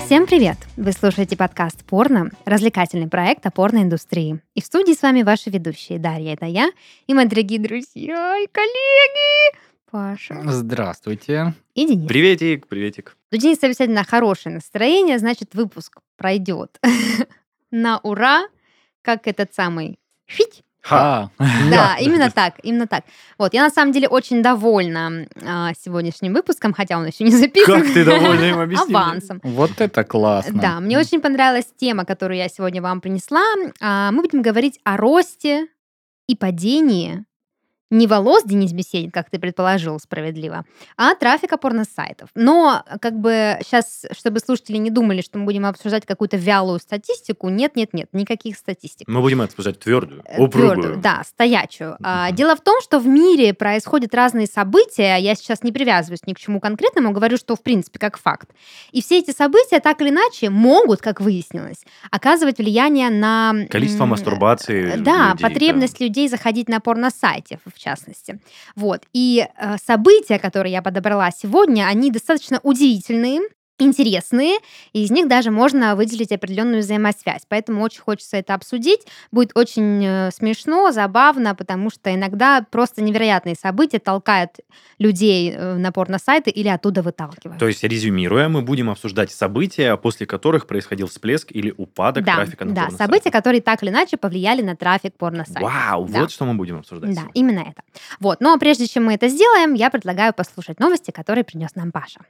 Всем привет! Вы слушаете подкаст «Порно», развлекательный проект о порноиндустрии. И в студии с вами ваши ведущие Дарья, это я, и мои дорогие друзья и коллеги Паша Здравствуйте. и Денис. Приветик, приветик. У Дениса обязательно хорошее настроение, значит, выпуск пройдет на ура, как этот самый «Фить». Да. Да, именно так. Вот, я на самом деле очень довольна сегодняшним выпуском, хотя он еще не записан. Как ты довольна им, объясни мне. Авансом. Вот это классно. Да, мне очень понравилась тема, которую я сегодня вам принесла. Мы будем говорить о росте и падении не волос, Денис беседит, как ты предположил справедливо, а трафика порносайтов. Но как бы сейчас, чтобы слушатели не думали, что мы будем обсуждать какую-то вялую статистику, нет, никаких статистик. Мы будем обсуждать твердую, Твёрдую, упругую. да, стоячую. Дело в том, что в мире происходят разные события. Я сейчас не привязываюсь ни к чему конкретному, говорю, что в принципе как факт. И все эти события так или иначе могут, как выяснилось, оказывать влияние на... Количество мастурбации Да, людей, потребность людей заходить на порносайте, в частности. Вот. И события, которые я подобрала сегодня, они достаточно удивительные, интересные, и из них даже можно выделить определенную взаимосвязь. Поэтому очень хочется это обсудить. Будет очень смешно, забавно, потому что иногда просто невероятные события толкают людей на порносайты или оттуда выталкивают. То есть, резюмируя, мы будем обсуждать события, после которых происходил всплеск или упадок трафика на порносайтах. События, которые так или иначе повлияли на трафик порносайтов. Вау, Да. вот что мы будем обсуждать. Да, именно это. Вот. Но прежде чем мы это сделаем, я предлагаю послушать новости, которые принес нам Паша.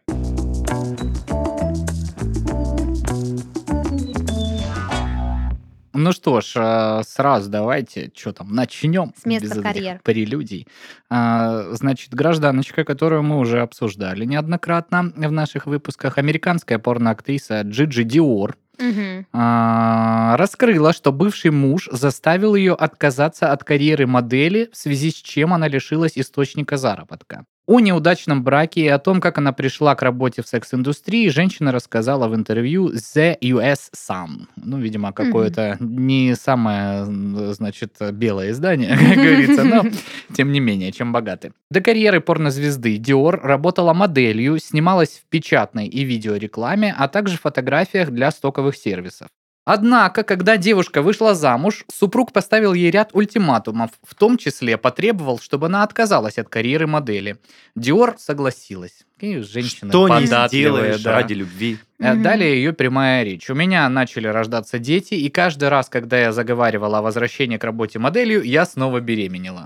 Ну что ж, сразу давайте, что там, начнем. С места без в этих карьер. прелюдий. Значит, гражданочка, которую мы уже обсуждали неоднократно в наших выпусках, американская порноактриса Джиджи Диор, Мгм. раскрыла, что бывший муж заставил ее отказаться от карьеры модели, в связи с чем она лишилась источника заработка. О неудачном браке и о том, как она пришла к работе в секс-индустрии, женщина рассказала в интервью The US Sun. Ну, видимо, какое-то не самое, значит, белое издание, как говорится, но тем не менее, чем богаты. До карьеры порнозвезды Диор работала моделью, снималась в печатной и видеорекламе, а также фотографиях для стоковых сервисов. Однако, когда девушка вышла замуж, супруг поставил ей ряд ультиматумов, в том числе потребовал, чтобы она отказалась от карьеры модели. Диор согласилась. И женщина Что не податливая, сделаешь да. ради любви. Далее ее прямая речь. У меня начали рождаться дети, и каждый раз, когда я заговаривала о возвращении к работе моделью, я снова беременела.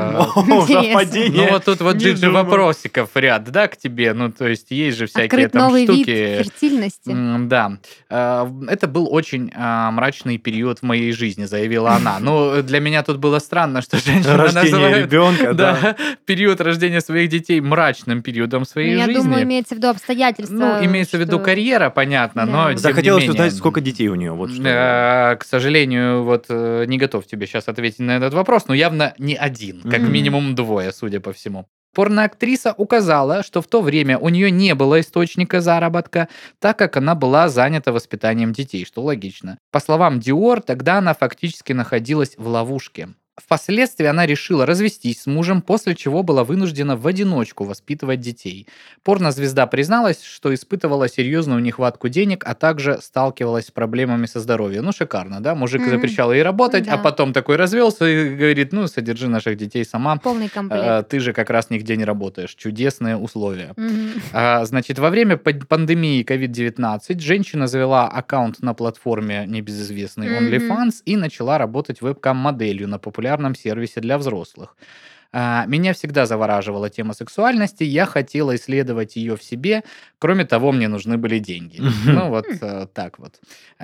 Совпадение. Ну вот тут вот Не Джиджи думал. вопросиков ряд, да, к тебе? Ну то есть есть же всякие Открыт там новый вид штуки. фертильности. Да. Это был очень мрачный период в моей жизни, заявила она. Ну, для меня тут было странно, что женщина Рождение называет ребенка, да. период рождения своих детей мрачным периодом своей Я жизни. думаю, имеется в виду обстоятельства. Ну, имеется в виду что- карьера, понятно, Да. но тем не Захотелось менее, узнать, сколько детей у нее. Вот что. к сожалению, вот не готов тебе сейчас ответить на этот вопрос, но явно не один, как Мгм. минимум двое, судя по всему. Порноактриса указала, что в то время у нее не было источника заработка, так как она была занята воспитанием детей, что логично. По словам Диор, тогда она фактически находилась в ловушке. Впоследствии она решила развестись с мужем, после чего была вынуждена в одиночку воспитывать детей. Порнозвезда призналась, что испытывала серьезную нехватку денег, а также сталкивалась с проблемами со здоровьем. Ну, шикарно, да? Мужик Мгм. запрещал ей работать, Да. а потом такой развелся и говорит, ну, содержи наших детей сама. Полный комплект. Ты же как раз нигде не работаешь. Чудесные условия. Мгм. Значит, во время пандемии COVID-19 женщина завела аккаунт на платформе небезызвестной Мгм. OnlyFans и начала работать вебкам-моделью на популярном сервисе для взрослых. Меня всегда завораживала тема сексуальности, я хотела исследовать ее в себе, кроме того, мне нужны были деньги. Ну вот так вот.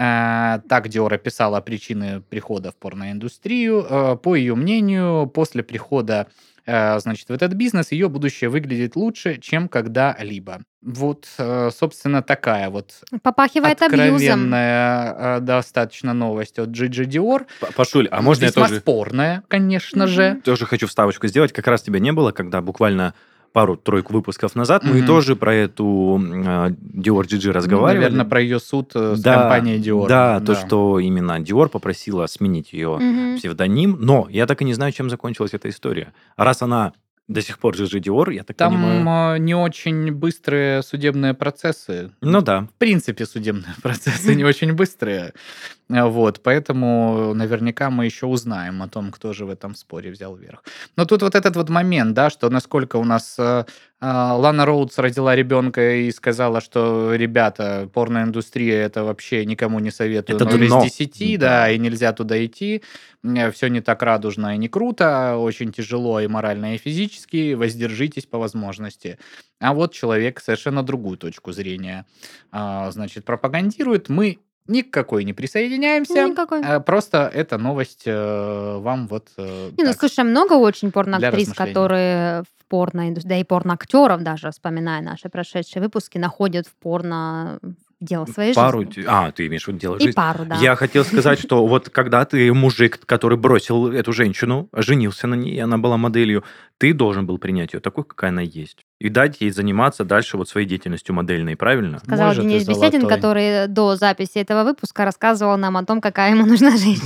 Так Диор описала причины прихода в порноиндустрию. По ее мнению, после прихода значит, в этот бизнес ее будущее выглядит лучше, чем когда-либо. Вот, собственно, такая вот Попахивает абьюзом. откровенная достаточно новость от Джиджи Диор. Пашуль, а можно я Весьма тоже спорная, конечно же. тоже хочу вставочку сделать? Как раз тебя не было, когда буквально пару-тройку выпусков назад мы тоже про эту Dior GG Ну, разговаривали. наверное, про ее суд с Да, компанией Dior. Да, то, что именно Dior попросила сменить ее Мгм. псевдоним, но я так и не знаю, чем закончилась эта история. Раз она До сих пор же Диор, я так Там понимаю. не очень быстрые судебные процессы. Ну да. В принципе, судебные процессы не очень быстрые. Вот, поэтому наверняка мы еще узнаем о том, кто же в этом споре взял верх. Но тут вот этот вот момент, да, что насколько у нас Лана Роудс родила ребенка и сказала, что, ребята, порноиндустрия это вообще никому не советую, Это 0 из дно. 10, Да. да, и нельзя туда идти, все не так радужно и не круто, очень тяжело и морально, и физически, воздержитесь по возможности. А вот человек совершенно другую точку зрения, значит, пропагандирует. Мы никакой не присоединяемся. Никакой. Просто эта новость вам вот Не, ну так, слушай, много очень для порноактрис, размышлений. которые в порноиндустрии, да и порноактеров даже, вспоминая наши прошедшие выпуски, находят в порно дело своей Пару... жизни. Ты имеешь в виду дело И жизни? пару, да. Я хотел сказать, что вот когда ты мужик, который бросил эту женщину, женился на ней, она была моделью, ты должен был принять ее такой, какая она есть. И дать ей заниматься дальше вот своей деятельностью модельной, правильно? Сказал Боже ты Денис Беседин, золотой. который до записи этого выпуска рассказывал нам о том, какая ему нужна женщина.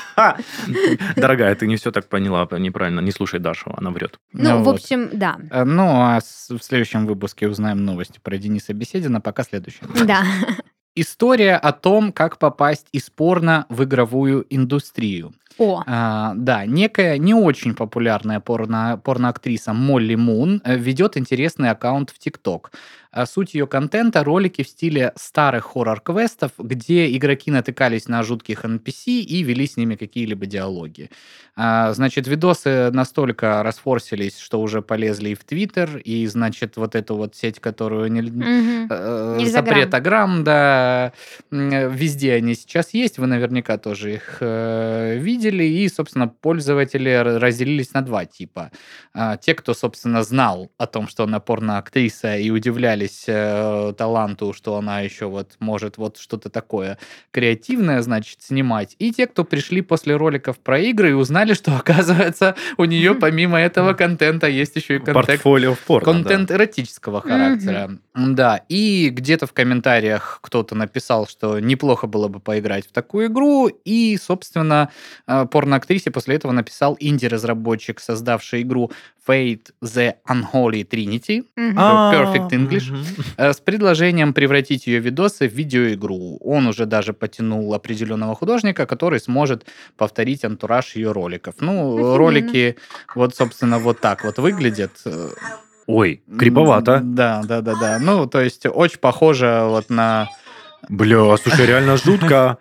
Дорогая, ты не все так поняла неправильно. Не слушай Дашу, она врет. Ну, в Вот. общем, да. Ну, а в следующем выпуске узнаем новости про Дениса Беседина. Пока следующая. Да. История о том, как попасть из порно в игровую индустрию. О, Да, некая не очень популярная порноактриса Молли Мун ведет интересный аккаунт в ТикТок. Суть ее контента — ролики в стиле старых хоррор-квестов, где игроки натыкались на жутких NPC и вели с ними какие-либо диалоги. Значит, видосы настолько расфорсились, что уже полезли и в Твиттер, и, значит, вот эту вот сеть, которую мгм. Запретограмм, да, везде они сейчас есть, вы наверняка тоже их видели, и, собственно, пользователи разделились на два типа. Те, кто, собственно, знал о том, что она порноактриса, и удивлялись таланту, что она еще вот может вот что-то такое креативное, значит, снимать, и те, кто пришли после роликов про игры и узнали, что, оказывается, у нее помимо этого контента есть еще и Портфолио в порно, контент эротического характера. Да, и где-то в комментариях кто-то написал, что неплохо было бы поиграть в такую игру, и, собственно, порноактрисе после этого написал инди-разработчик, создавший игру Fate the Unholy Trinity, Perfect English, с предложением превратить ее видосы в видеоигру. Он уже даже потянул определенного художника, который сможет повторить антураж ее роликов. Ну, Офигенно. ролики вот, собственно, вот так вот выглядят. Ой, криповато. Да. Ну, то есть очень похоже вот на... Бля, слушай, реально жутко.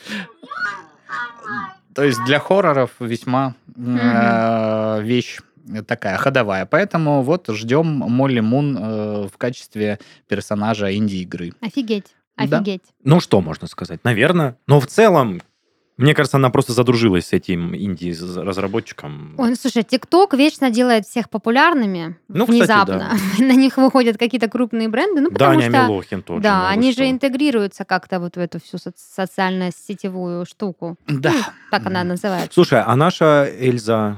То есть для хорроров весьма вещь такая ходовая. Поэтому вот ждем Молли Мун в качестве персонажа инди-игры. Офигеть. Да. Офигеть. Ну, что можно сказать? Наверное. Но в целом, мне кажется, она просто задружилась с этим инди-разработчиком. Ой, ну слушай, ТикТок вечно делает всех популярными Ну, кстати, внезапно. На них выходят какие-то крупные бренды, ну потому Даня что... Милохин тоже. Да, ну вы они что? же интегрируются как-то вот в эту всю социально-сетевую штуку. Да. Так она называется. Слушай, а наша Эльза,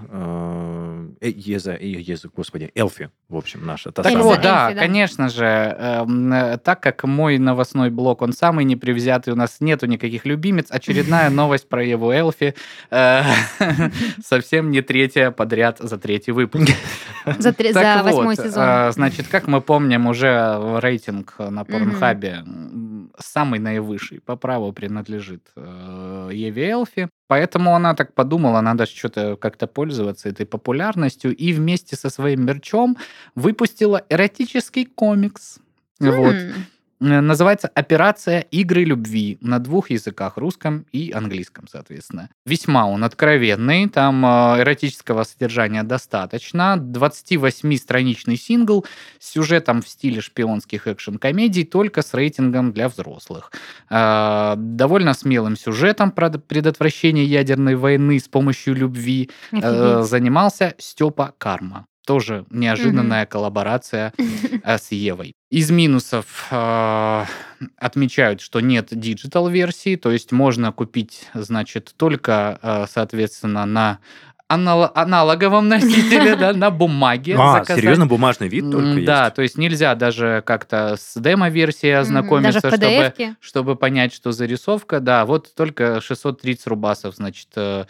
господи, Элфи, в общем, наша. та Так Эльза, вот, самая. да, Эльфи, да. конечно же, так как мой новостной блок, он самый непревзятый, у нас нету никаких любимец, очередная новость про Еву Элфи, совсем не третья подряд за третий выпуск. За Так вот, 8-й сезон. значит, как мы помним, уже рейтинг на Порнхабе самый наивысший по праву принадлежит Еве Элфи. Поэтому она так подумала, надо что-то как-то пользоваться этой популярностью, и вместе со своим мерчом выпустила эротический комикс. Вот. Называется «Операция игры любви» на 2 языках, русском и английском, соответственно. Весьма он откровенный, там эротического содержания достаточно. 28-страничный сингл с сюжетом в стиле шпионских экшн-комедий, только с рейтингом для взрослых. Довольно смелым сюжетом про предотвращение ядерной войны с помощью любви Офигеть. занимался Степа Карма. Тоже неожиданная коллаборация с Евой. Из минусов отмечают, что нет диджитал-версии, то есть можно купить, значит, только, соответственно, на аналоговом носителе, да, на бумаге. заказать. Серьезно, бумажный вид только есть? Да, то есть нельзя даже как-то с демо-версией ознакомиться, Даже в PDF-ке. чтобы понять, что зарисовка. Да, вот только 630 рубасов, значит,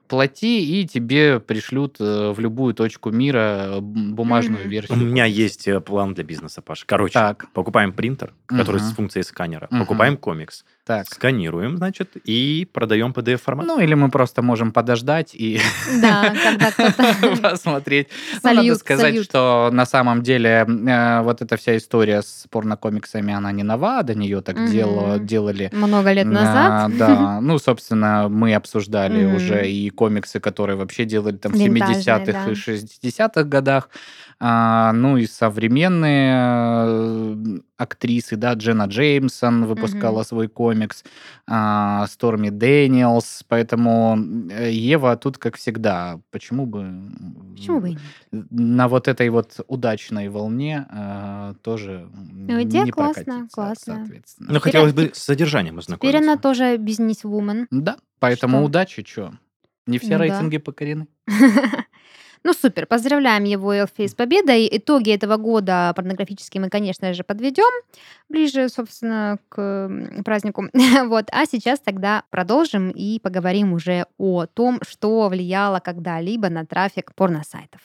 плати, и тебе пришлют в любую точку мира бумажную Мгм. У версию меня комикса. есть план для бизнеса, Паша. Короче, Так. покупаем принтер, который с Мгм. функцией сканера, Мгм. покупаем комикс, Так. сканируем, значит, и продаем PDF-формат. Ну, или мы просто можем подождать и Да, когда кто-то посмотреть. Ну, надо сказать, сольют. что на самом деле вот эта вся история с порнокомиксами, она не нова, до нее так Мгм. делали. Много лет назад. Да, ну, собственно, мы обсуждали уже Мгм. и комиксы, которые вообще делали там в Винтажные, 70-х и да. 60-х годах. Ну, и современные актрисы, да, Дженна Джеймсон выпускала Мгм. свой комикс, Сторми Дэниелс, поэтому Ева тут, как всегда, почему бы Почему бы и нет? на вот этой вот удачной волне тоже Идея не классная, прокатиться, классная. соответственно. Ну, Теперь хотелось бы теп с содержанием теперь она ознакомиться. тоже бизнесвумен. Да, поэтому Что? удачи, чё. Не все Ну да. рейтинги покорены. Ну, супер, поздравляем его, Элфи, с победой. Итоги этого года порнографические мы, конечно же, подведем ближе, собственно, к празднику. Вот. А сейчас тогда продолжим и поговорим уже о том, что влияло когда-либо на трафик порносайтов.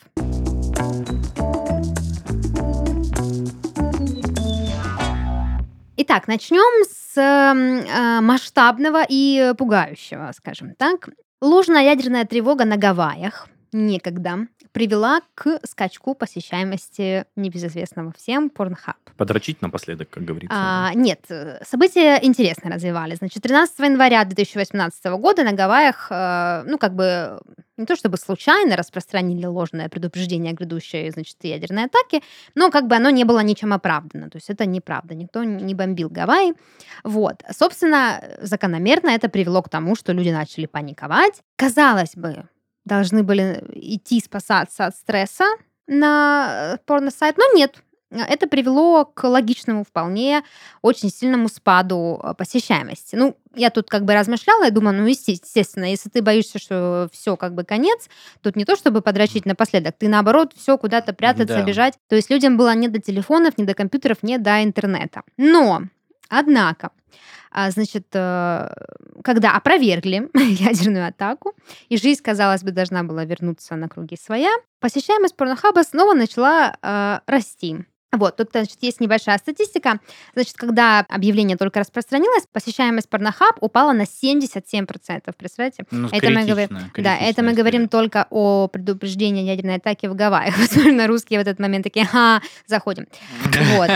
Итак, начнем с масштабного и пугающего, скажем так. Ложная ядерная тревога на Гавайях некогда привела к скачку посещаемости небезызвестного всем Pornhub. Подрочить напоследок, как говорится. Нет, события интересно развивались. Значит, 13 января 2018 года на Гавайях, ну, как бы, не то чтобы случайно распространили ложное предупреждение о грядущей, значит, ядерной атаке, но как бы оно не было ничем оправдано. То есть это неправда, никто не бомбил Гавайи. Вот. Собственно, закономерно это привело к тому, что люди начали паниковать. Казалось бы, должны были идти спасаться от стресса на порносайт, но нет. Это привело к логичному вполне очень сильному спаду посещаемости. Ну, я тут как бы размышляла и думаю, ну, естественно, если ты боишься, что все как бы конец, тут не то чтобы подрочить напоследок, ты наоборот все куда-то прятаться, Да. бежать. То есть людям было не до телефонов, не до компьютеров, не до интернета. Но, однако, значит, когда опровергли ядерную атаку, и жизнь, казалось бы, должна была вернуться на круги своя, посещаемость порнохаба снова начала расти. Вот, тут, значит, есть небольшая статистика. Значит, когда объявление только распространилось, посещаемость Pornhub упала на 77%. Представляете? Ну, Это мы говорим, да, это мы говорим только о предупреждении ядерной атаки в Гавайях. Возможно, русские в этот момент такие, заходим. Вот.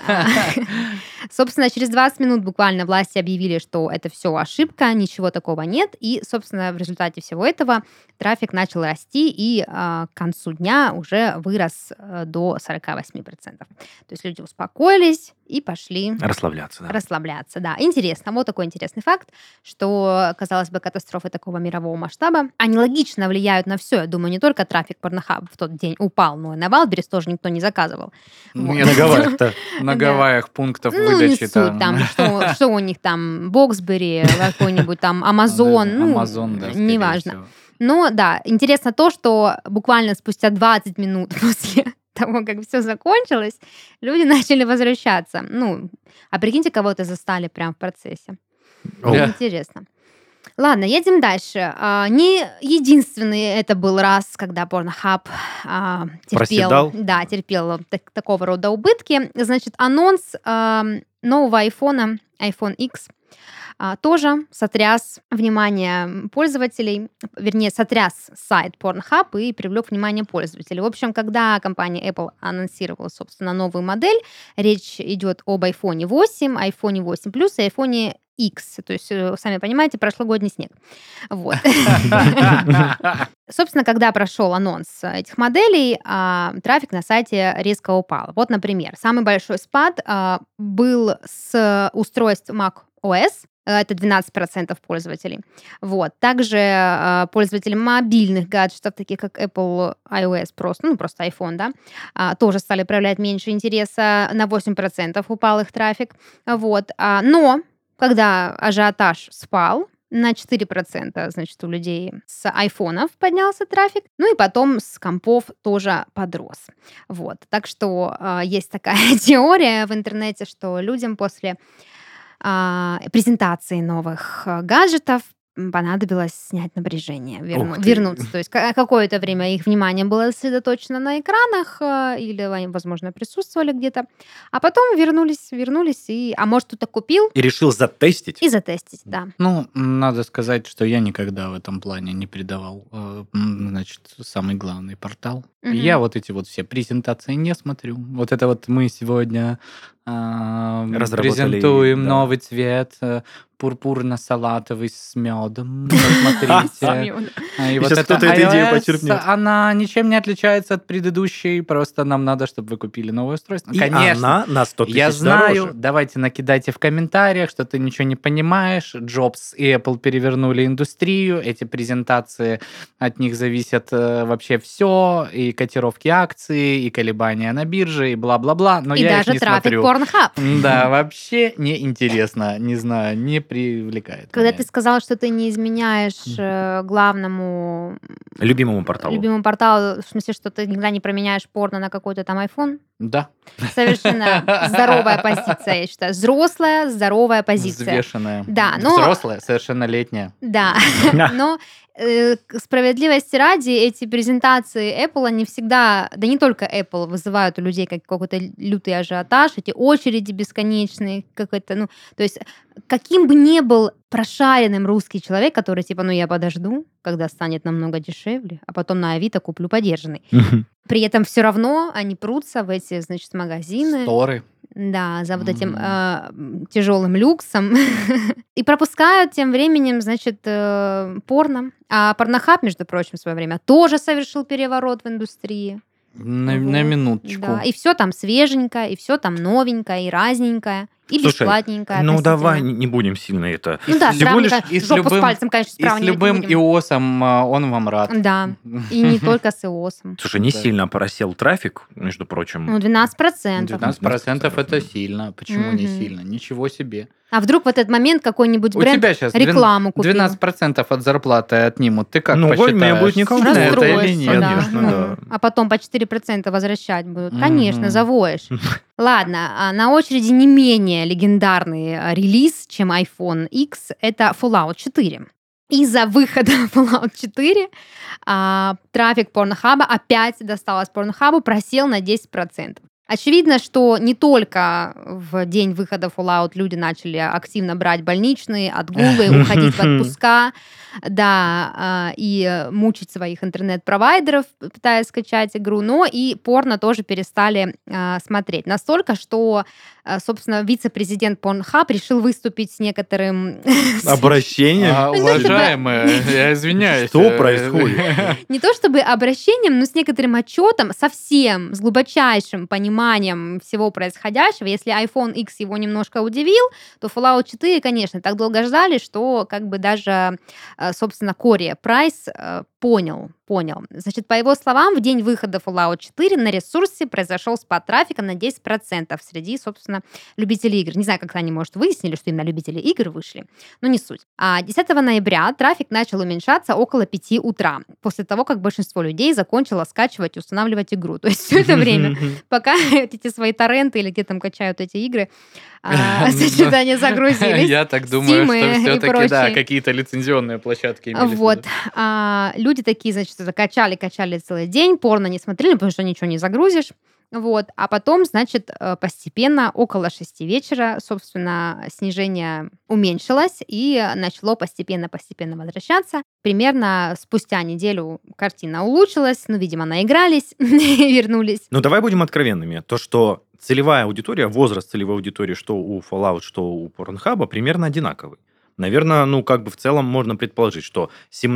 Собственно, через 20 минут буквально власти объявили, что это все ошибка, ничего такого нет. И, собственно, в результате всего этого трафик начал расти и к концу дня уже вырос до 48%. То есть люди успокоились и пошли Расслабляться, да. расслабляться. Да, интересно. Вот такой интересный факт, что, казалось бы, катастрофы такого мирового масштаба, они логично влияют на все. Я думаю, не только трафик Pornhub в тот день упал, но и на Wildberries тоже никто не заказывал. Ну, Вот. я На Гавайях-то. На Да. Гавайях пунктов Ну, не выдачи суть, там, что у них там, Боксбери, какой-нибудь там, Amazon, ну, Amazon, да, скорее неважно. всего. Но да, интересно то, что буквально спустя 20 минут после того, как все закончилось, люди начали возвращаться. Ну, а прикиньте, кого-то застали прямо в процессе. Да. Интересно. Ладно, едем дальше. Не единственный это был раз, когда Pornhub Проседал? терпел такого рода убытки. Значит, анонс нового айфона, iPhone X, тоже сотряс внимание пользователей, вернее, сотряс сайт Pornhub и привлек внимание пользователей. В общем, когда компания Apple анонсировала, собственно, новую модель, речь идет об iPhone 8, iPhone 8 Plus и iPhone X. То есть, сами понимаете, прошлогодний снег. Вот. Собственно, когда прошел анонс этих моделей, трафик на сайте резко упал. Вот, например, самый большой спад был с устройств Mac OS. Это 12% пользователей. Вот. Также пользователи мобильных гаджетов, таких как Apple iOS, просто iPhone, да, тоже стали проявлять меньше интереса. На 8% упал их трафик. Вот. Но когда ажиотаж спал, на 4%, значит, у людей с айфонов поднялся трафик, ну и потом с компов тоже подрос. Вот. Так что есть такая теория в интернете, что людям после презентации новых гаджетов понадобилось снять напряжение, Ух ты. вернуться. То есть какое-то время их внимание было сосредоточено на экранах, или они, возможно, присутствовали где-то, а потом вернулись, а может, кто-то купил И решил затестить. и затестить, да. Ну, надо сказать, что я никогда в этом плане не придавал, значит, самый главный портал. Я вот эти вот все презентации не смотрю. Вот это вот мы сегодня Разработали, презентуем да. новый цвет, пурпурно-салатовый с медом. Посмотрите. И вот Сейчас эта кто-то эту идею iOS, почерпнет. она ничем не отличается от предыдущей, просто нам надо, чтобы вы купили новое устройство. И Конечно, она на 100 тысяч я знаю, дороже. давайте накидайте в комментариях, что ты ничего не понимаешь. Джобс и Apple перевернули индустрию, эти презентации, от них зависят вообще все, и котировки акций, и колебания на бирже, и бла-бла-бла, но И я их даже не трафик смотрю. Pornhub. Да, вообще неинтересно, не знаю, не привлекает Когда меня. ты сказал, что ты не изменяешь главному Любимому порталу. любимому порталу, в смысле, что ты никогда не променяешь порно на какой-то там iPhone, Да, совершенно здоровая позиция, я считаю. Взрослая, здоровая позиция. взвешенная. Да, но- Взрослая, совершеннолетняя. Да, но к справедливости ради, эти презентации Apple, они всегда, да не только Apple, вызывают у людей какой-то лютый ажиотаж, эти очереди бесконечные, какой-то, ну, то есть каким бы ни был прошаренным русский человек, который типа, ну, я подожду, когда станет намного дешевле, а потом на Авито куплю подержанный. При этом все равно они прутся в эти, значит, магазины. Сторы. Да, за вот этим тяжелым люксом. И пропускают тем временем, значит, порно. А Pornhub, между прочим, в свое время тоже совершил переворот в индустрии. На Вот. минуточку. Да, и все там свеженькое, и все там новенькое, и разненькое, и Слушай, бесплатненькое. ну давай относительно. не будем сильно это. Ну да, всего лишь сравнивать и с жопу с любым- пальцем, конечно, И с сравнивать не любым будем. иосом он вам рад. Да, и не только с иосом. Слушай, не Да. сильно просел трафик, между прочим. Ну, 12%. 12% это сильно. Почему не Мгм. сильно? Ничего себе. А вдруг в этот момент какой-нибудь У бренд тебя сейчас рекламу купил? 12% от зарплаты отнимут. Ты как Ну, посчитаешь? у меня будет некомфортно. сильно это или Расстроишься, нет? да. Конечно, Ну, да. а потом по 4% возвращать будут. Конечно, Мгм. завоешь. Ладно, а на очереди не менее легендарный релиз, чем iPhone X, это Fallout 4. Из-за выхода Fallout 4 трафик Pornhub опять досталось Pornhub, просел на 10%. Очевидно, что не только в день выхода Fallout люди начали активно брать больничные, отгулы, уходить в отпуска, да, и мучить своих интернет-провайдеров, пытаясь скачать игру, но и порно тоже перестали смотреть. Настолько, что, собственно, вице-президент Pornhub решил выступить с некоторым... Обращение. Уважаемые, я извиняюсь. Что происходит? Не то чтобы обращением, но с некоторым отчетом, совсем с глубочайшим пониманием всего происходящего. Если iPhone X его немножко удивил, то Fallout 4, конечно, так долго ждали, что как бы даже, собственно, Кори Прайс понял. Значит, по его словам, в день выхода Fallout 4 на ресурсе произошел спад трафика на 10% среди, собственно, любителей игр. Не знаю, как они, может, выяснили, что именно любители игр вышли, но не суть. А 10 ноября трафик начал уменьшаться около 5 утра, после того, как большинство людей закончило скачивать и устанавливать игру. То есть все это время, пока эти свои торренты или где там качают эти игры, значит, они загрузились. Я так думаю, Steam что и все-таки, да, прочие. какие-то лицензионные площадки имели в виду. Вот. Люди такие, значит, это качали целый день, порно не смотрели, потому что ничего не загрузишь. Вот. А потом, значит, постепенно, около 6 вечера, собственно, снижение уменьшилось и начало постепенно возвращаться. Примерно спустя неделю картина улучшилась, ну, видимо, наигрались и вернулись. Ну, давай будем откровенными. То, что целевая аудитория, возраст целевой аудитории, что у Fallout, что у Pornhub, примерно одинаковый. Наверное, ну, как бы в целом можно предположить, что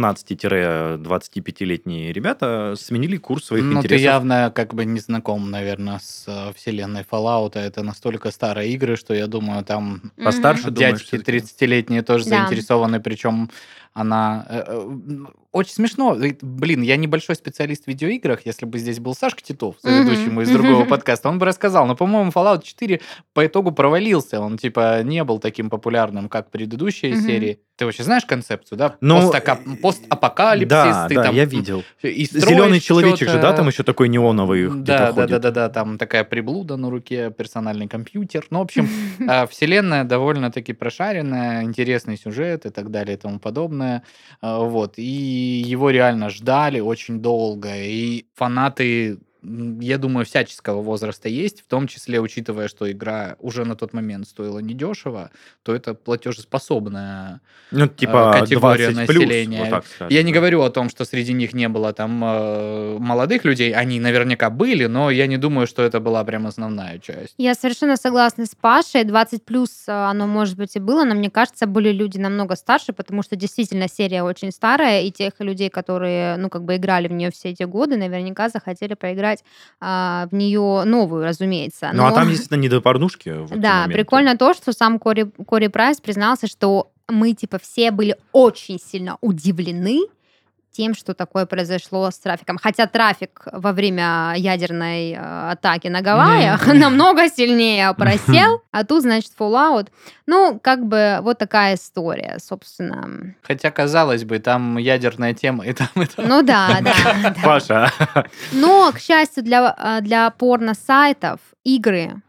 17-25-летние ребята сменили курс своих Ну, ты интересов. явно как бы не знаком, наверное, с вселенной Fallout. Это настолько старые игры, что я думаю, там Постарше, думаешь, дядьки всё-таки? 30-летние тоже Да. заинтересованы, причем она... Очень смешно. Блин, я небольшой специалист в видеоиграх. Если бы здесь был Сашка Титов, соведущий мой из другого подкаста, он бы рассказал. Но, по-моему, Fallout 4 по итогу провалился. Он, типа, не был таким популярным, как предыдущие серии. Ты вообще знаешь концепцию, да? Ну, Постапокалипсис, Да, ты да, там я видел. и Зеленый строишь человечек же, да, чё-то. там еще такой неоновый где-то ходит. Да, там такая приблуда на руке, персональный компьютер. Ну, в общем, вселенная довольно-таки прошаренная, интересный сюжет и так далее и тому подобное. Вот. И его реально ждали очень долго. И фанаты, я думаю, всяческого возраста есть, в том числе, учитывая, что игра уже на тот момент стоила недешево, то это платежеспособная Ну, типа категория 20 плюс, вот населения. так скажем. Я не да. говорю о том, что среди них не было там молодых людей, они наверняка были, но я не думаю, что это была прям основная часть. Я совершенно согласна с Пашей. 20 плюс оно, может быть, и было, но мне кажется, были люди намного старше, потому что действительно серия очень старая, и тех людей, которые, ну, как бы играли в нее все эти годы, наверняка захотели поиграть в нее новую, разумеется. Ну, а Но там действительно не до порнушки в эти да, моменты. прикольно то, что сам Кори Прайс признался, что мы, типа, все были очень сильно удивлены тем, что такое произошло с трафиком. Хотя трафик во время ядерной атаки на Гавайях намного сильнее просел, а тут, значит, Fallout. Ну, как бы вот такая история, собственно. Хотя, казалось бы, там ядерная тема и там, и там. Ну да. Паша, Но, к счастью, для порно-сайтов игры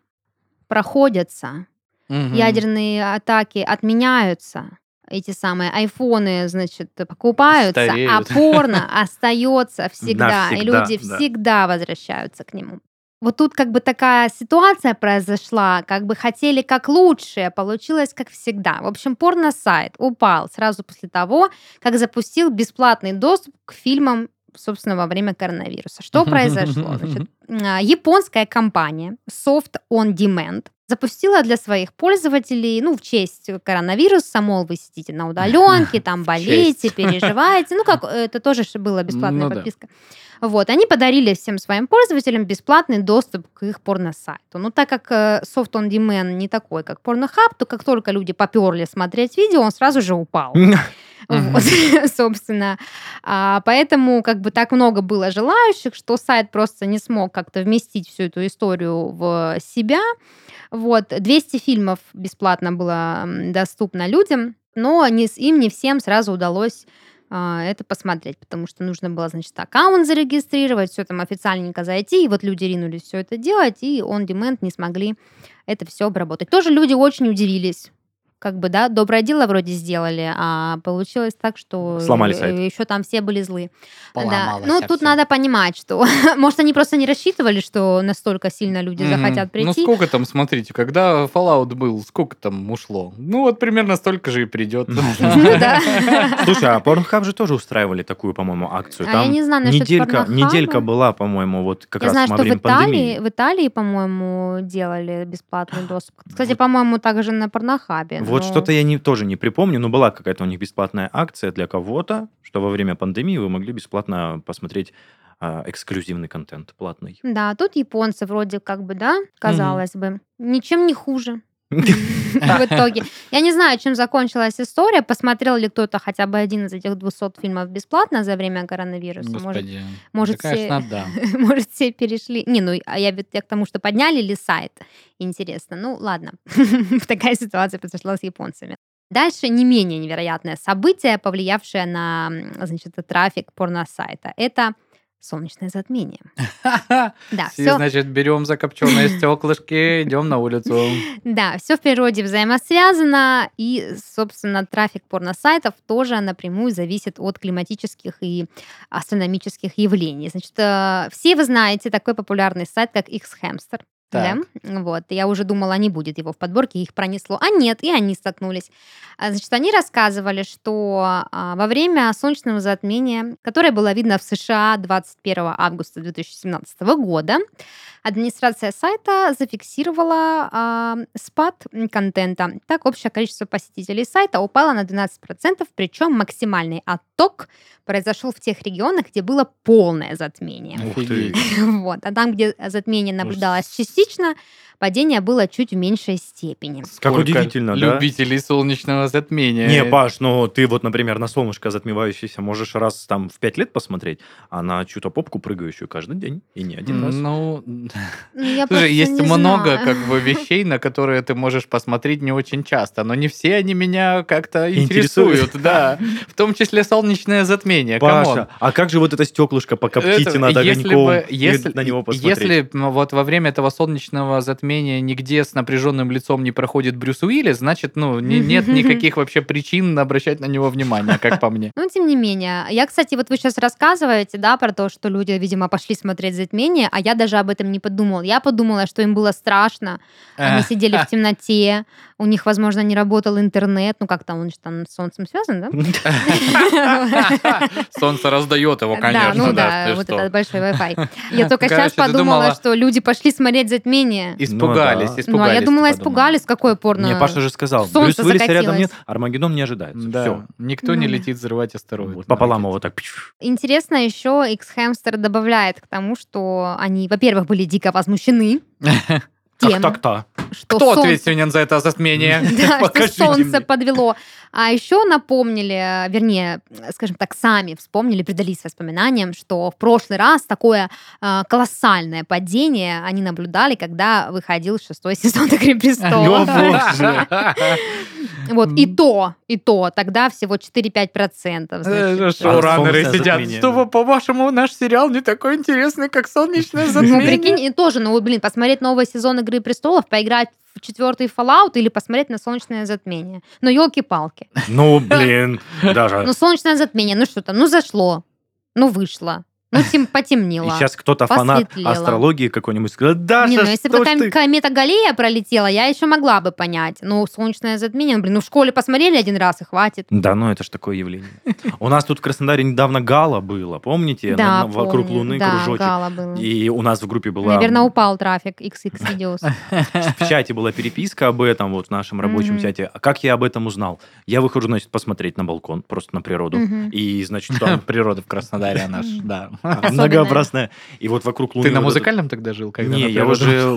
проходятся, Мгм. ядерные атаки отменяются, эти самые айфоны, значит, покупаются, а Стареют. порно остается всегда, и Навсегда, люди да. всегда возвращаются к нему. Вот тут как бы такая ситуация произошла, как бы хотели как лучше, а получилось как всегда. В общем, порно-сайт упал сразу после того, как запустил бесплатный доступ к фильмам, собственно, во время коронавируса. Что произошло? Значит, японская компания Soft On Demand запустила для своих пользователей, ну, в честь коронавируса, мол, вы сидите на удаленке, там болеете, честь. переживаете. Ну, как это тоже была бесплатная Ну да. подписка. Вот, они подарили всем своим пользователям бесплатный доступ к их порносайту. Но так как Soft On Demand не такой, как Pornhub, то как только люди поперли смотреть видео, он сразу же упал. Вот, собственно. Поэтому как бы так много было желающих, что сайт просто не смог как-то вместить всю эту историю в себя. Вот, 200 фильмов бесплатно было доступно людям, но им не всем сразу удалось это посмотреть, потому что нужно было, значит, аккаунт зарегистрировать, все там официальненько зайти, и вот люди ринулись все это делать, и On Demand не смогли это все обработать. Тоже люди очень удивились. Как бы, да, доброе дело вроде сделали, а получилось так, что Сломали сайт. еще там все были злы. Да. Поломалось Ну, тут всё. надо понимать, что, может, они просто не рассчитывали, что настолько сильно люди захотят Ну, прийти. сколько там, смотрите, когда Fallout был, сколько там ушло? Ну, вот примерно столько же и придет. Ну да. Слушай, а Pornhub же тоже устраивали такую, по-моему, акцию. А я Там не знаю насчет Pornhub. неделька была, по-моему, вот как Я раз знаю, во что время пандемии. В Италии, по-моему, делали бесплатный доступ. Кстати, по-моему, также на Порнохабе. Вот что-то я тоже не припомню, но была какая-то у них бесплатная акция для кого-то, что во время пандемии вы могли бесплатно посмотреть эксклюзивный контент платный. Да, тут японцы вроде как бы, да, казалось бы, ничем не хуже. В итоге. Я не знаю, чем закончилась история. Посмотрел ли кто-то хотя бы один из этих 200 фильмов бесплатно за время коронавируса? Господи, может, да, конечно, да. Может, все перешли. Не, ну, я к тому, что подняли ли сайт. Интересно. Ну, ладно. Такая ситуация произошла с японцами. Дальше не менее невероятное событие, повлиявшее на, значит, трафик порносайта. Это солнечное затмение. Да, Все, все. значит, берем закопченные стеклышки, идем на улицу. Да, все в природе взаимосвязано, и, собственно, трафик порносайтов тоже напрямую зависит от климатических и астрономических явлений. Значит, все вы знаете такой популярный сайт, как X-Hamster. Да? Вот. Я уже думала, не будет его в подборке, их пронесло. А нет, и они столкнулись. Значит, они рассказывали, что во время солнечного затмения, которое было видно в США 21 августа 2017 года, администрация сайта зафиксировала спад контента. Так, общее количество посетителей сайта упало на 12%, причем максимальный отток произошел в тех регионах, где было полное затмение. Ух ты. Вот. А там, где затмение наблюдалось частично, падение было чуть в меньшей степени. Как Сколько удивительно, да? любителей солнечного затмения. Не, Паш, ну ты вот, например, на солнышко затмевающееся можешь раз там в 5 лет посмотреть, а на чью-то попку прыгающую каждый день. И не один раз. Ну, Я слушай, просто есть не много знаю. как бы вещей, на которые ты можешь посмотреть не очень часто, но не все они меня как-то Интересуют. интересуют, да. В том числе солнечное затмение, Паша, камон. а как же вот это стеклышко покоптите Это, над если огоньком бы, и на него посмотреть? если вот во время этого солнечного затмения нигде с напряженным лицом не проходит Брюс Уиллис, значит, нет никаких вообще причин обращать на него внимание, как по мне. Ну, тем не менее. Я, кстати, вот вы сейчас рассказываете, да, про то, что люди, видимо, пошли смотреть затмение, а я даже об этом не подумала. Я подумала, что им было страшно, они сидели в темноте, у них, возможно, не работал интернет, ну, как-то он же там с солнцем связан, да? Солнце раздает его, Да, конечно, ну да, да, ты вот что. этот большой Wi-Fi. Я только Короче, сейчас ты подумала, думала- что люди пошли смотреть затмение. Испугались, Ну да. испугались. Ну, а я думала, ты подумала. испугались, какое порно. Мне Паша же сказал, Солнце Брюс Уиллиса рядом закатилось. нет, Армагеддон не ожидается. Да, Все. никто не Ну да. летит взрывать астероид. Пополам его так. Интересно еще, X-Hamster добавляет к тому, что они, во-первых, были дико возмущены тем, Как так-то? что Кто солнце- ответственен за это затмение? Да, что Покажите солнце мне. подвело. А еще напомнили, вернее, скажем так, сами вспомнили, предались воспоминаниям, что в прошлый раз такое колоссальное падение они наблюдали, когда выходил 6-й сезон «Игры О, престолов». боже. Вот, и то, тогда всего 4-5%. значит. Шоураннеры Солнечное сидят. затмение, Что, по-вашему, наш сериал не такой интересный, как солнечное Ну, затмение? прикинь, и тоже, посмотреть новый сезон «Игры престолов», поиграть в 4-й Fallout или посмотреть на «Солнечное затмение». Ну, елки-палки. Ну, блин, даже. Ну, «Солнечное затмение», ну что там, ну зашло, ну вышло, ну потемнело. И сейчас кто-то фанат посветлело. астрологии какой-нибудь скажет, Даша, Не, ну если бы что ж какая-нибудь ты? комета Галлея пролетела, я еще могла бы понять. Ну, «Солнечное затмение», ну, блин, ну в школе посмотрели один раз и хватит. Да, ну это ж такое явление. У нас тут в Краснодаре недавно гала было, помните? Да, Вокруг помню. Луны Да, кружочек. гала было. И у нас в группе была... Наверное, упал трафик XX Videos. В чате была переписка об этом, вот в нашем рабочем Мгм. чате. А как я об этом узнал? Я выхожу, значит, посмотреть на балкон, просто на природу. Мгм. И, значит, там Природа в Краснодаре наш, да. многообразная. И вот вокруг Луны... Ты на вот этот- музыкальном тогда жил? Когда Не, на я природу? уже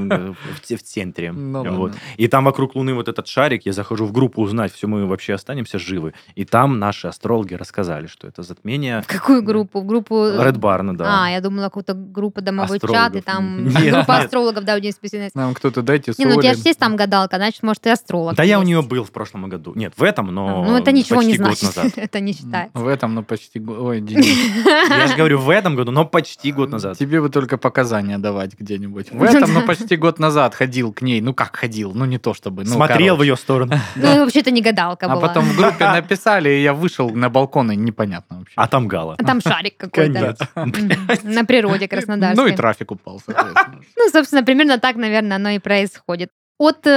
в центре. Ну Вот. ладно. И там вокруг Луны вот этот шарик, я захожу в группу узнать, все мы вообще останемся живы. И там наши астрологи рассказали, что это затмение В какую группу? В группу... Red Barn, да. А, я думала, какую-то группу домовой чат, Астрологов. и там Нет, группа нет. астрологов, да, у нее специальность. Нам кто-то дайте Не, ну у тебя соли. же есть там гадалка, значит, может, и астролог Да я у есть. нее был в прошлом году. Нет, в этом, но Ну, это ничего не почти год значит. назад. Это не считается. В этом, почти... Ой, Денис, Я же говорю, в этом году, но почти год назад. тебе бы только показания давать где-нибудь. В этом, почти год назад ходил к ней. Ну, как ходил? Ну, не то чтобы. Ну, Смотрел в короче. ее сторону. Ну, вообще-то не гадалка А была. потом в группе написали, и я вышел на балкон, и непонятно вообще. А там Гала. А там шарик какой-то. Конец. Мгм. На природе краснодарской. Ну, и трафик упал, соответственно. Ну, собственно, примерно так, наверное, оно и происходит. От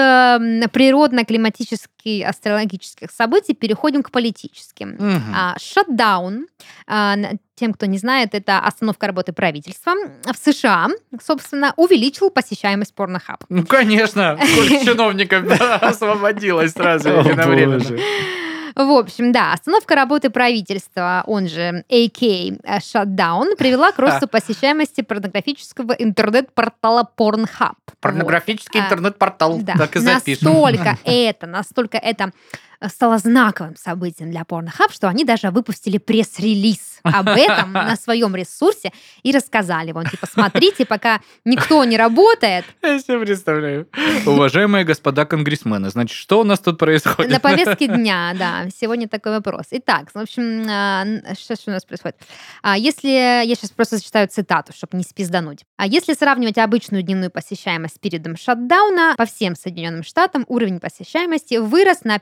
природно-климатических астрологических событий переходим к политическим. Мгм. Шатдаун, тем, кто не знает, это остановка работы правительства в США, собственно, увеличил посещаемость порнохаб. Ну, конечно, сколько чиновников да, освободилось сразу О, единовременно. боже. В общем, да, остановка работы правительства, он же AK Shutdown, привела к росту посещаемости порнографического интернет-портала Pornhub. Порнографический Вот. интернет-портал, Да. так и запишем. Настолько это стало знаковым событием для Pornhub, что они даже выпустили пресс-релиз об этом на своем ресурсе и рассказали. Вон, типа, смотрите, пока никто не работает, Я себе представляю. Уважаемые господа конгрессмены, значит, что у нас тут происходит? на повестке дня, да, сегодня такой вопрос. Итак, в общем, что у нас происходит? Если, я сейчас просто зачитаю цитату, чтобы не спиздануть. Если сравнивать обычную дневную посещаемость с периодом шатдауна, по всем Соединенным Штатам уровень посещаемости вырос на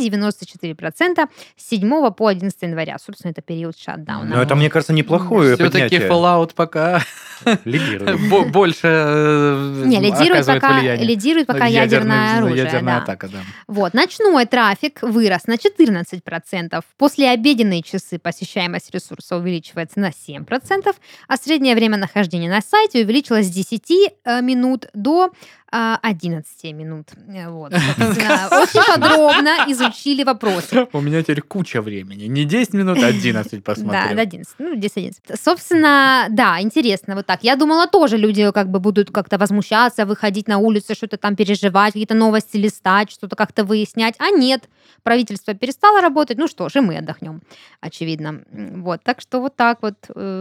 5,94% с 7 по 11 января. Собственно, это период шатдауна. Но это, мне кажется, неплохое Все-таки поднятие. Fallout пока Лидирует. больше Не, лидирует оказывает влияние. пока ядерное оружие. Ядерная да. атака, да. Вот, ночной трафик вырос на 14%. После обеденные часы посещаемость ресурса увеличивается на 7%, а среднее время нахождения на сайте увеличилось с 10 минут до 11 минут. Вот, собственно, очень подробно изучили вопросы. У меня теперь куча времени. Не 10 минут, а 11 Да, посмотрел. 11, 10-11. Собственно, да, интересно, вот так. Я думала, тоже люди как бы будут как-то возмущаться, выходить на улицу, что-то там переживать, какие-то новости листать, что-то как-то выяснять. А нет, правительство перестало работать, ну что ж, и мы отдохнем, очевидно. Вот, так что вот так вот.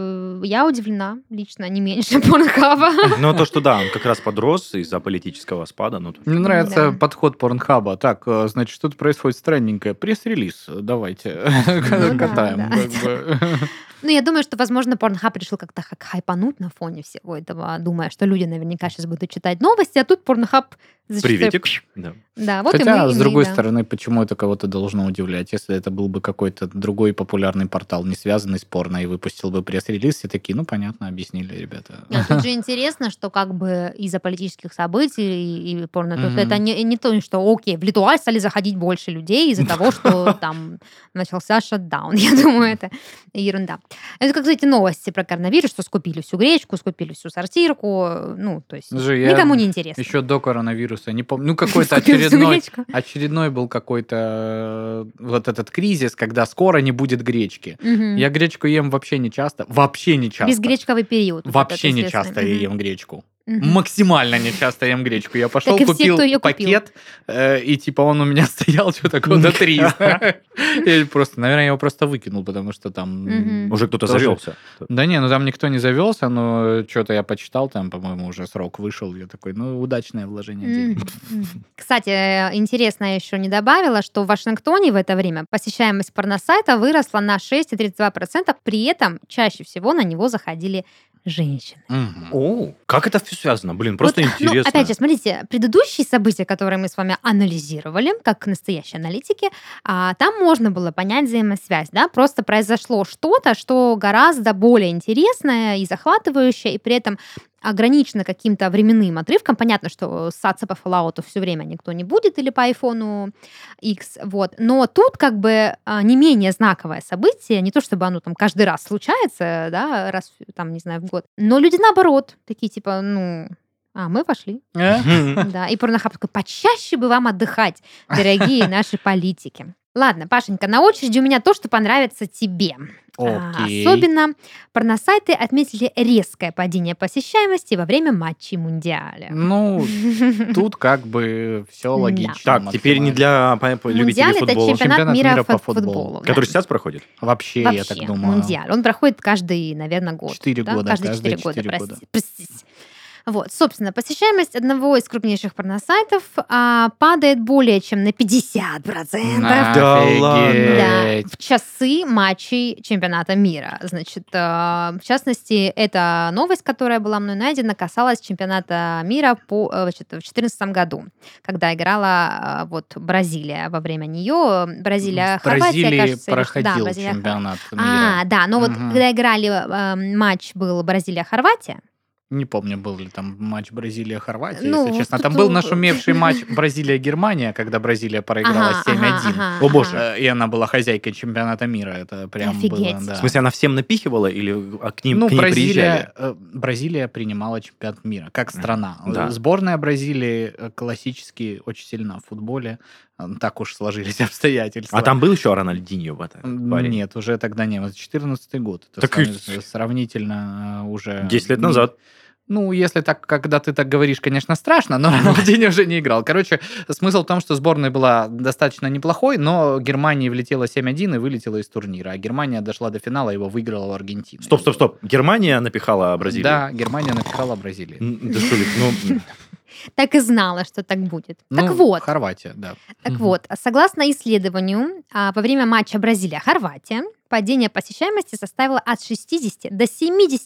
Я удивлена лично, не меньше Порнхаба. Ну, то, что да, он как раз подрос из-за политического спада. Мне нравится Да. подход Порнхаба. Так, значит, что-то происходит странненькое. Пресс-релиз, давайте да, катаем. да. как бы. Ну, я думаю, что, возможно, Порнхаб решил как-то хайпануть на фоне всего этого, думая, что люди наверняка сейчас будут читать новости, а тут Порнхаб зачитает. Приветик. Да. Да, вот и Хотя, мы, с и другой мы, да. стороны, почему это кого-то должно удивлять? Если это был бы какой-то другой популярный портал, не связанный с порно, и выпустил бы пресс-релиз, все такие, ну, понятно, объяснили, ребята. Нет, тут же интересно, что как бы из-за политических событий и порно, тут Мгм. это не то, что окей, в Литуаль стали заходить больше людей из-за того, что там начался шатдаун. Я думаю, это ерунда. Это как эти новости про коронавирус, что скупили всю гречку, скупили всю сортирку, ну, то есть Слушай, я никому не интересно. Еще до коронавируса, не помню, ну, какой-то Скупил всю очередной был какой-то вот этот кризис, когда скоро не будет гречки. Мгм. Я гречку ем вообще не часто. Безгречковый период. вот Вообще этот не известный. часто я Мгм. ем гречку. Мгм. Максимально не часто ем гречку. Я пошел, Как и все, купил кто её купил. пакет, и типа он у меня стоял что-то года 3. Я просто, наверное, я его просто выкинул, потому что там... Мгм. Уже кто-то тоже- завелся. Да не, ну там никто не завелся, но что-то я почитал, там, по-моему, уже срок вышел. Я такой, ну, удачное вложение денег. Мгм. Кстати, интересно, я еще не добавила, что в Вашингтоне в это время посещаемость порносайта выросла на 6,32%, при этом чаще всего на него заходили женщины. Мгм. О, как это все связано? Блин, просто Вот, ну, интересно. опять же, смотрите, предыдущие события, которые мы с вами анализировали, как настоящие аналитики, там можно было понять взаимосвязь, да, просто произошло что-то, что гораздо более интересное и захватывающее, и при этом ограничено каким-то временным отрывком. Понятно, что ссаться по Fallout все время никто не будет или по iPhone X, вот. Но тут как бы не менее знаковое событие, не то чтобы оно там каждый раз случается, да, раз там, не знаю, в год, но люди наоборот такие типа, ну, мы пошли. Да, и Порнохаб такой, почаще бы вам отдыхать, дорогие наши политики. Ладно, Пашенька, на очереди у меня то, что понравится тебе. Окей. Особенно порносайты отметили резкое падение посещаемости во время матчей Мундиаля. Ну, тут как бы все Да. логично. Так, теперь не для любителей Мундиаль — это футбола, чемпионат мира по по футболу. да. который сейчас проходит. Вообще, я так думаю. Мундиаль. Он проходит каждый, наверное, год. 4 да? года, Каждые каждые 4 года, 4 года. простите. Вот, собственно, посещаемость одного из крупнейших порносайтов падает более чем на 50%. Да ладно. Да, Офигеть. в часы матчей чемпионата мира. Значит, в частности, эта новость, которая была мной найдена, касалась чемпионата мира в 2014 году, когда играла вот Бразилия во время нее. Бразилия, В Хорватия, Бразилии кажется. или что- проходил да, Бразилия, чемпионат Хорватия. мира. Да, но вот Мгм. когда играли, матч был Бразилия-Хорватия. Не помню, был ли там матч Бразилия-Хорватия, Ну, если честно. тут- Там был нашумевший матч Бразилия-Германия, когда Бразилия проиграла 7-1. О, боже. И она была хозяйкой чемпионата мира. Это прям Офигеть. было, да. В смысле, она всем напихивала или к ним Ну, к ней приезжали? Бразилия принимала чемпионат мира, как страна. Да. Сборная Бразилии классически очень сильна в футболе. Так уж сложились обстоятельства. А там был еще Рональдиньо в этом парень? Нет, уже тогда не. Это 14-й год. Это Так и- сравнительно уже... 10 лет назад. Ну, если так, когда ты так говоришь, конечно, страшно, но Рональдиньо уже не играл. Короче, смысл в том, что сборная была достаточно неплохой, но Германия влетела 7-1 и вылетела из турнира. А Германия дошла до финала, его выиграла у Аргентины. Стоп. Германия напихала Бразилию? Да, Германия напихала Бразилии. Да что ли, ну, Так и знала, что так будет. Так Ну, вот, Хорватия, да. Так вот, согласно исследованию, во время матча Бразилия-Хорватия падение посещаемости составило от 60 до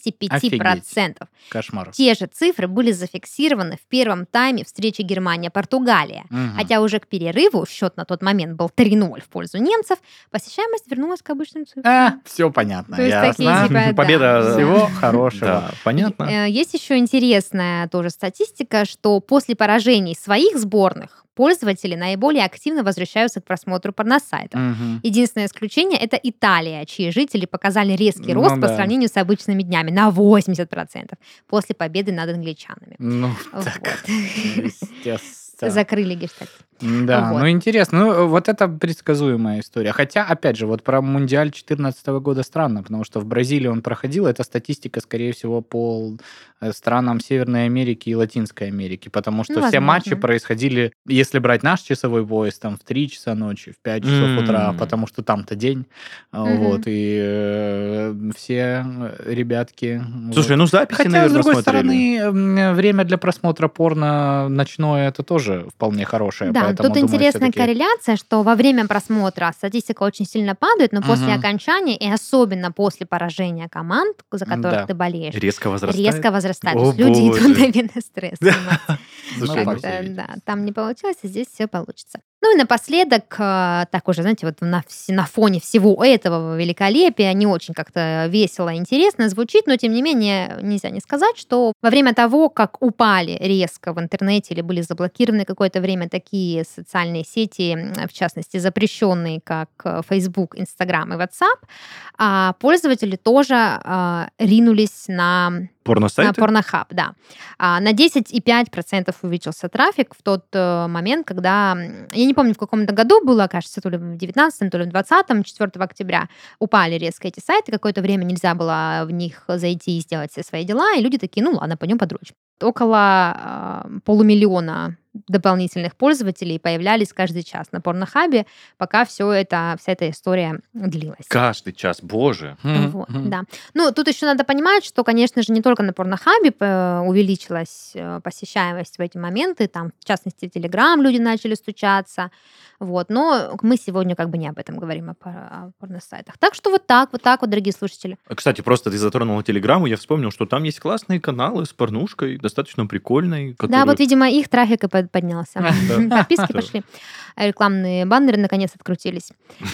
75%. Кошмар. Те же цифры были зафиксированы в первом тайме встречи Германия-Португалия. Мгм. Хотя уже к перерыву счет на тот момент был 3-0 в пользу немцев, посещаемость вернулась к обычным цифрам. Все понятно, То есть такие, ясно. типа, да. Победа. Всего хорошего. да, понятно. Есть еще интересная тоже статистика, что после поражений своих сборных пользователи наиболее активно возвращаются к просмотру порносайтов. Мгм. Единственное исключение — это Италия, чьи жители показали резкий Ну рост по да. сравнению с обычными днями на 80% после победы над англичанами. Ну, Вот. так, естественно. Закрыли гештальт. Да, Вот. ну интересно. Ну, вот это предсказуемая история. Хотя, опять же, вот про Мундиаль 2014 года странно, потому что в Бразилии он проходил. Это статистика, скорее всего, по странам Северной Америки и Латинской Америки, потому что все возможно. матчи происходили, если брать наш часовой пояс, там в 3 часа ночи, в 5 часов утра, потому что там-то день. Вот, и все ребятки... Слушай, вот. ну записи, Хотя, с наверное, другой смотрели. стороны, время для просмотра порно ночное это тоже вполне хорошее. Да, поэтому, тут думаю, интересная всё-таки- корреляция, что во время просмотра статистика очень сильно падает, но после Мгм. окончания и особенно после поражения команд, за которых Да. ты болеешь, Резко возрастает. резко возрастает. То О, есть люди идут боже. на винный стресс. понимаете? Слушай, ну, Как-то, да, там не получилось, а здесь все получится. Ну и напоследок, так уже, знаете, вот на фоне всего этого великолепия, не очень как-то весело и интересно звучит, но тем не менее нельзя не сказать, что во время того, как упали резко в интернете или были заблокированы какое-то время такие социальные сети, в частности запрещенные, как Facebook, Instagram и WhatsApp, пользователи тоже ринулись на Порносайты? Pornhub, да. На 10,5% увеличился трафик в тот момент, когда, я не помню, в каком-то году было, кажется, то ли в 19-м, то ли в 20-м, 4 октября упали резко эти сайты, какое-то время нельзя было в них зайти и сделать все свои дела, и люди такие, ну ладно, пойдем подрочим. Около 500 000 дополнительных пользователей появлялись каждый час на Порнохабе, пока вся эта история длилась. Каждый час, боже. Вот, да. Ну, тут еще надо понимать, что, конечно же, не только на Порнохабе увеличилась посещаемость в эти моменты, там, в частности, в Телеграм люди начали стучаться, вот, но мы сегодня как бы не об этом говорим, о порносайтах. Так что вот так вот, дорогие слушатели. Кстати, просто ты затронула Телеграм, и я вспомнил, что там есть классные каналы с порнушкой, достаточно прикольные. Да, вот, видимо, их трафик и поднялся. Да. Подписки пошли. Рекламные баннеры наконец открутились.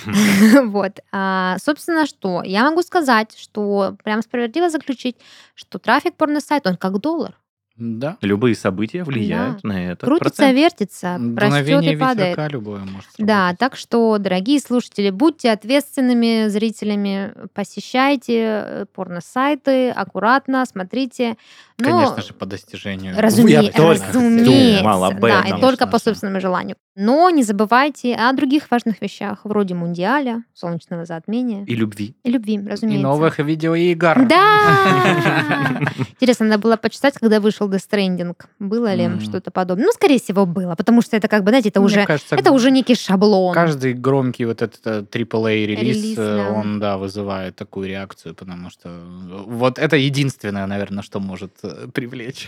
Вот. Собственно, что? Я могу сказать, что прям справедливо заключить, что трафик порносайта, он как доллар. Да. Любые события влияют на этот Крутится, процент. вертится, растет Дуновение и падает. ветерка любое может Да, сработать. так что, дорогие слушатели, будьте ответственными зрителями, посещайте порносайты, аккуратно, смотрите. Но, Конечно же, по достижению. Я только думал об да, этом. и только по Конечно же. собственному желанию. Но не забывайте о других важных вещах, вроде Мундиаля, солнечного затмения И любви. и любви, И разумеется. новых видеоигр. Да! Интересно, надо было почитать, когда вышел Death Stranding. Было ли Мгм. что-то подобное? Ну, скорее всего, было, потому что это как бы, знаете, это Мне кажется, уже некий шаблон. каждый громкий вот этот AAA-релиз, Релиз, да. он, да, вызывает такую реакцию, потому что вот это единственное, наверное, что может привлечь.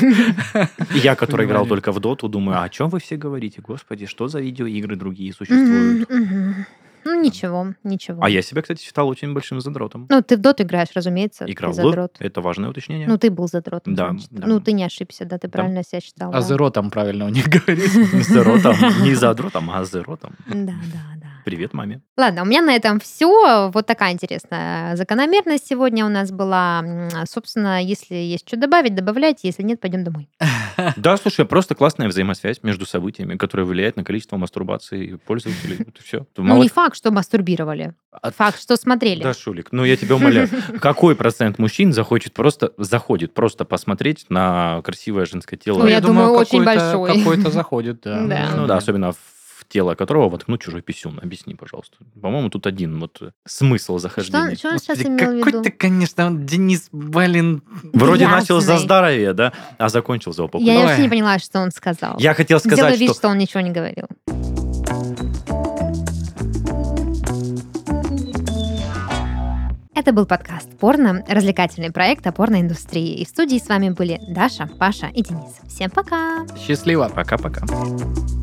И я, который играл Внимание. только в Доту, думаю, о чем вы все говорите? Господи, что за видеоигры другие существуют? Мгм. Ну, ничего. А я себя, кстати, считал очень большим задротом. Ну, ты в доту играешь, разумеется, Играл ты в задрот. Это важное уточнение. Ну, ты был задротом, Да, значит. да. Ну, ты не ошибся, да, ты Да. правильно себя считал. А да. Zero там правильно у них говорит. Задротом. Не задротом, а задротом. Да. Привет, маме. Ладно, у меня на этом все. Вот такая интересная закономерность сегодня у нас была. Собственно, если есть что добавить, добавляйте. Если нет, пойдем домой. Да, слушай, просто классная взаимосвязь между событиями, которая влияет на количество мастурбаций пользователей. Это все. Ну, не факт, что мастурбировали. Факт, что смотрели. Да, Шулик, ну я тебя умоляю. Какой процент мужчин заходит просто посмотреть на красивое женское тело? Ну, я думаю, очень какой-то- большой. Какой-то заходит, да. Да. Ну да, особенно в тело которого воткнуть чужой писюн. Объясни, пожалуйста. По-моему, тут один вот смысл захождения. Что он сейчас Господи, имел в виду? какой ты, конечно, Денис, блин. Вроде Грязный. начал за здоровье, да, а закончил за опухоль. Я Ой. вообще не поняла, что он сказал. Я хотел Делаю сказать, вид, что... что он ничего не говорил. Это был подкаст «Порно», развлекательный проект о порноиндустрии. И в студии с вами были Даша, Паша и Денис. Всем пока! Счастливо. Пока-пока.